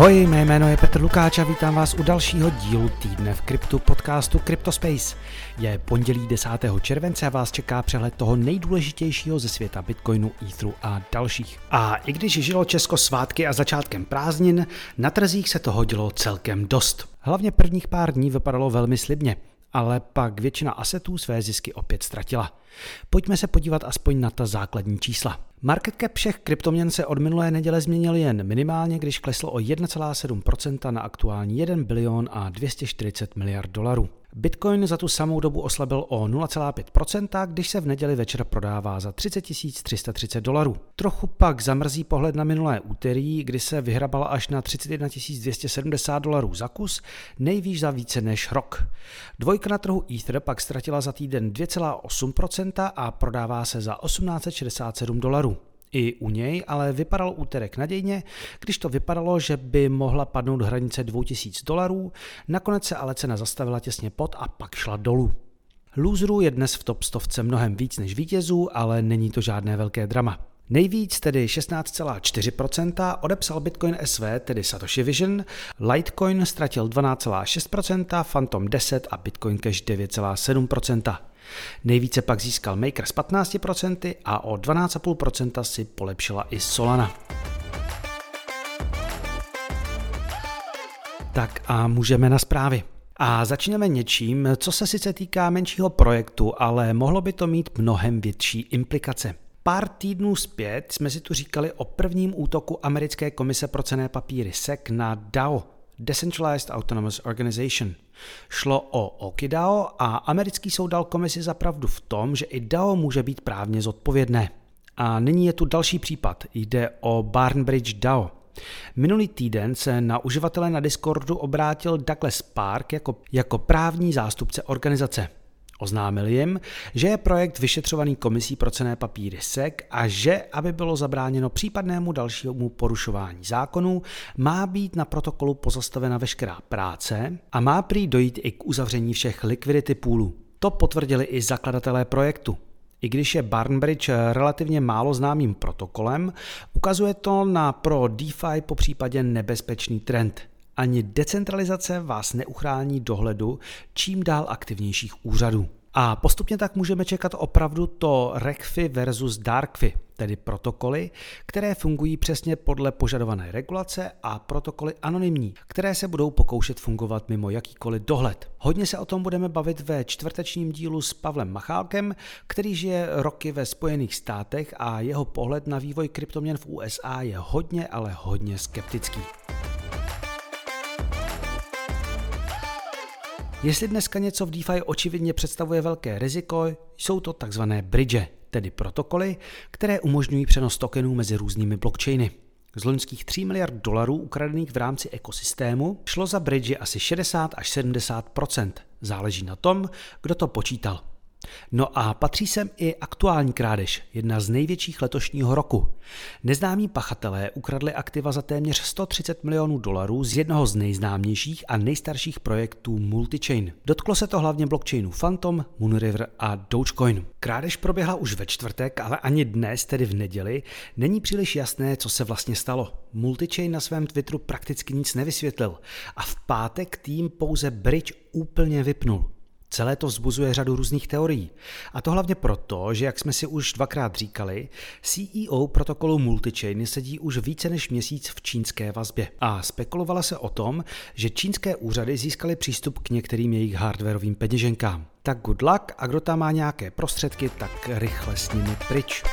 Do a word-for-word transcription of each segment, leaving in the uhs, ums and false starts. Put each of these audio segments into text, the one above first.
Ahoj, mé jméno je Petr Lukáč a vítám vás u dalšího dílu týdne v kryptu podcastu CryptoSpace. Je pondělí desátého července a vás čeká přehled toho nejdůležitějšího ze světa Bitcoinu, Etheru a dalších. A i když žilo Česko svátky a začátkem prázdnin, na trzích se toho dělo celkem dost. Hlavně prvních pár dní vypadalo velmi slibně, ale pak většina asetů své zisky opět ztratila. Pojďme se podívat aspoň na ta základní čísla. Market cap všech kryptoměn se od minulé neděle změnil jen minimálně, když kleslo o jedna celá sedm procenta na aktuální jeden bilion a dvě stě čtyřicet miliard dolarů. Bitcoin za tu samou dobu oslabil o nula celá pět procenta, když se v neděli večer prodává za třicet tisíc tři sta třicet dolarů. Trochu pak zamrzí pohled na minulé úterý, kdy se vyhrabala až na třicet jedna tisíc dvě stě sedmdesát dolarů za kus, nejvýš za více než rok. Dvojka na trhu Ether pak ztratila za týden dvě celá osm procenta a prodává se za osmnáct set šedesát sedm dolarů. I u něj ale vypadal úterek nadějně, když to vypadalo, že by mohla padnout hranice dvě tisíce dolarů, nakonec se ale cena zastavila těsně pod a pak šla dolů. Loserů je dnes v top stovce mnohem víc než vítězů, ale není to žádné velké drama. Nejvíc, tedy šestnáct celá čtyři procenta, odepsal Bitcoin S V, tedy Satoshi Vision, Litecoin ztratil dvanáct celá šest procenta, Phantom deset a Bitcoin Cash devět celá sedm procenta. Nejvíce pak získal Maker s patnáct procent a o dvanáct celá pět procenta si polepšila i Solana. Tak a můžeme na zprávy. A začneme něčím, co se sice týká menšího projektu, ale mohlo by to mít mnohem větší implikace. Pár týdnů zpět jsme si tu říkali o prvním útoku americké komise pro cenné papíry S E C na D A O, Decentralized Autonomous Organization. Šlo o OkiDAO a americký soud dal komisi za pravdu v tom, že i D A O může být právně zodpovědné. A nyní je tu další případ, jde o Barnbridge D A O. Minulý týden se na uživatele na Discordu obrátil Douglas Park jako, jako právní zástupce organizace. Oznámil jim, že je projekt vyšetřovaný komisí pro cenné papíry S E C a že, aby bylo zabráněno případnému dalšímu porušování zákonů, má být na protokolu pozastavena veškerá práce a má prý dojít i k uzavření všech liquidity poolů. To potvrdili i zakladatelé projektu. I když je Barnbridge relativně málo známým protokolem, ukazuje to na pro DeFi popřípadě nebezpečný trend. Ani decentralizace vás neuchrání dohledu čím dál aktivnějších úřadů. A postupně tak můžeme čekat opravdu to RegFi versus DarkFi, tedy protokoly, které fungují přesně podle požadované regulace a protokoly anonymní, které se budou pokoušet fungovat mimo jakýkoliv dohled. Hodně se o tom budeme bavit ve čtvrtečním dílu s Pavlem Machálkem, který žije roky ve Spojených státech a jeho pohled na vývoj kryptoměn v U S A je hodně, ale hodně skeptický. Jestli dneska něco v DeFi očividně představuje velké riziko, jsou to takzvané bridge, tedy protokoly, které umožňují přenos tokenů mezi různými blockchainy. Z loňských tří miliard dolarů ukradených v rámci ekosystému šlo za bridge asi šedesát až sedmdesát procent. Záleží na tom, kdo to počítal. No a patří sem i aktuální krádež, jedna z největších letošního roku. Neznámí pachatelé ukradli aktiva za téměř sto třicet milionů dolarů z jednoho z nejznámějších a nejstarších projektů Multichain. Dotklo se to hlavně blockchainů Phantom, Moonriver a Dogecoin. Krádež proběhla už ve čtvrtek, ale ani dnes, tedy v neděli, není příliš jasné, co se vlastně stalo. Multichain na svém Twitteru prakticky nic nevysvětlil a v pátek tým pouze bridge úplně vypnul. Celé to vzbuzuje řadu různých teorií. A to hlavně proto, že jak jsme si už dvakrát říkali, C E O protokolu Multichain sedí už více než měsíc v čínské vazbě. A spekulovalo se o tom, že čínské úřady získaly přístup k některým jejich hardwarovým peněženkám. Tak good luck a kdo tam má nějaké prostředky, tak rychle s nimi pryč.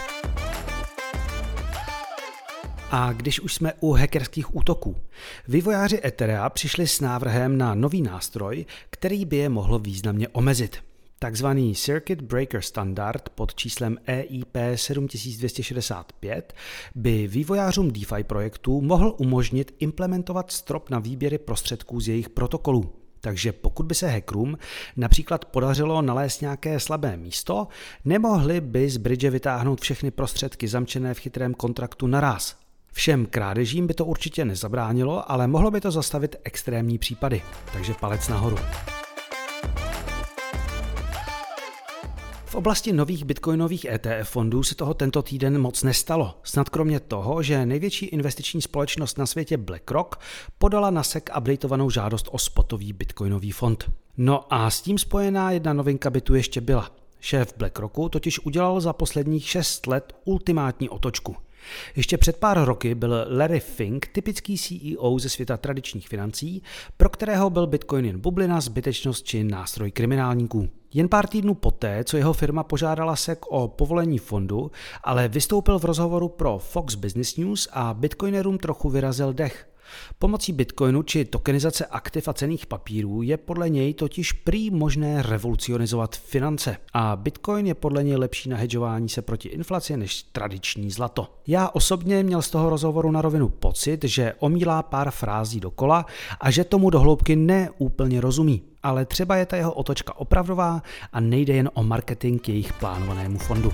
A když už jsme u hackerských útoků, vývojáři Etherea přišli s návrhem na nový nástroj, který by je mohl významně omezit. Takzvaný Circuit Breaker Standard pod číslem E I P sedm dvě šedesát pět by vývojářům DeFi projektů mohl umožnit implementovat strop na výběry prostředků z jejich protokolů. Takže pokud by se hackerům například podařilo nalézt nějaké slabé místo, nemohli by z bridge vytáhnout všechny prostředky zamčené v chytrém kontraktu naraz. Všem krádežím by to určitě nezabránilo, ale mohlo by to zastavit extrémní případy. Takže palec nahoru. V oblasti nových bitcoinových E T F fondů se toho tento týden moc nestalo. Snad kromě toho, že největší investiční společnost na světě BlackRock podala na S E C updateovanou žádost o spotový bitcoinový fond. No a s tím spojená jedna novinka by tu ještě byla. Šéf BlackRocku totiž udělal za posledních šest let ultimátní otočku. Ještě před pár roky byl Larry Fink typický C E O ze světa tradičních financí, pro kterého byl Bitcoin jen bublina, zbytečnost či nástroj kriminálníků. Jen pár týdnů poté, co jeho firma požádala S E C o povolení fondu, ale vystoupil v rozhovoru pro Fox Business News a bitcoinerům trochu vyrazil dech. Pomocí bitcoinu či tokenizace aktiv a cenných papírů je podle něj totiž prý možné revolucionizovat finance a bitcoin je podle něj lepší na hedžování se proti inflaci než tradiční zlato. Já osobně měl z toho rozhovoru na rovinu pocit, že omílá pár frází dokola a že tomu do hloubky neúplně rozumí, ale třeba je ta jeho otočka opravdová a nejde jen o marketing k jejich plánovanému fondu.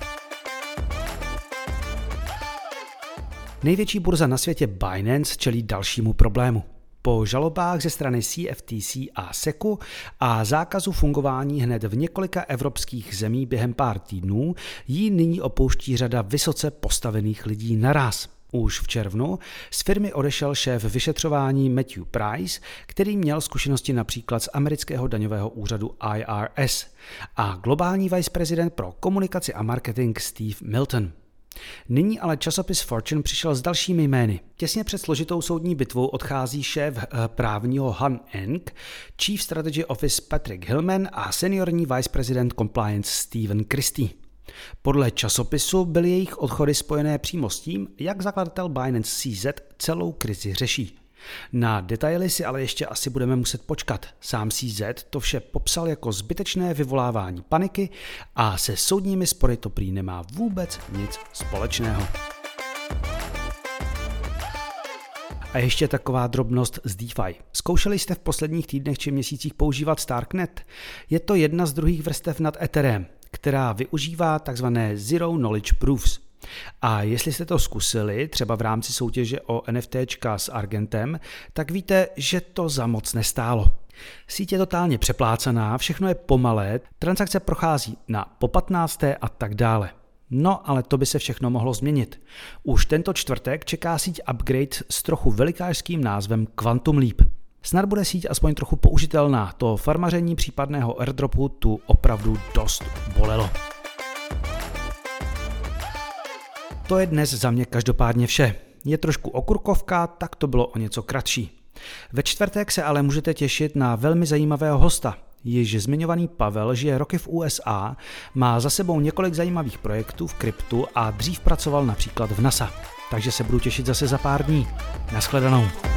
Největší burza na světě Binance čelí dalšímu problému. Po žalobách ze strany C F T C a S E C u a zákazu fungování hned v několika evropských zemí během pár týdnů jí nyní opouští řada vysoce postavených lidí naraz. Už v červnu z firmy odešel šéf vyšetřování Matthew Price, který měl zkušenosti například z amerického daňového úřadu I R S, a globální viceprezident pro komunikaci a marketing Steve Milton. Nyní ale časopis Fortune přišel s dalšími jmény. Těsně před složitou soudní bitvou odchází šéf právního Han Eng, Chief Strategy Office Patrick Hillman a seniorní vice president compliance Steven Christie. Podle časopisu byly jejich odchody spojené přímo s tím, jak zakladatel Binance C Z celou krizi řeší. Na detaily si ale ještě asi budeme muset počkat. Sám C Z to vše popsal jako zbytečné vyvolávání paniky a se soudními spory to prý nemá vůbec nic společného. A ještě taková drobnost z DeFi. Zkoušeli jste v posledních týdnech či měsících používat Starknet? Je to jedna z druhých vrstev nad Etherem, která využívá tzv. Zero Knowledge Proofs. A jestli jste to zkusili, třeba v rámci soutěže o NFTčka s Argentem, tak víte, že to za moc nestálo. Síť je totálně přeplácaná, všechno je pomalé, transakce prochází na popatnácté a tak dále. No, ale to by se všechno mohlo změnit. Už tento čtvrtek čeká síť upgrade s trochu velikářským názvem Quantum Leap. Snad bude síť aspoň trochu použitelná, to farmaření případného airdropu tu opravdu dost bolelo. To je dnes za mě každopádně vše. Je trošku okurkovka, tak to bylo o něco kratší. Ve čtvrtek se ale můžete těšit na velmi zajímavého hosta. Již zmiňovaný Pavel žije roky v U S A, má za sebou několik zajímavých projektů v kryptu a dřív pracoval například v NASA. Takže se budu těšit zase za pár dní. Naschledanou.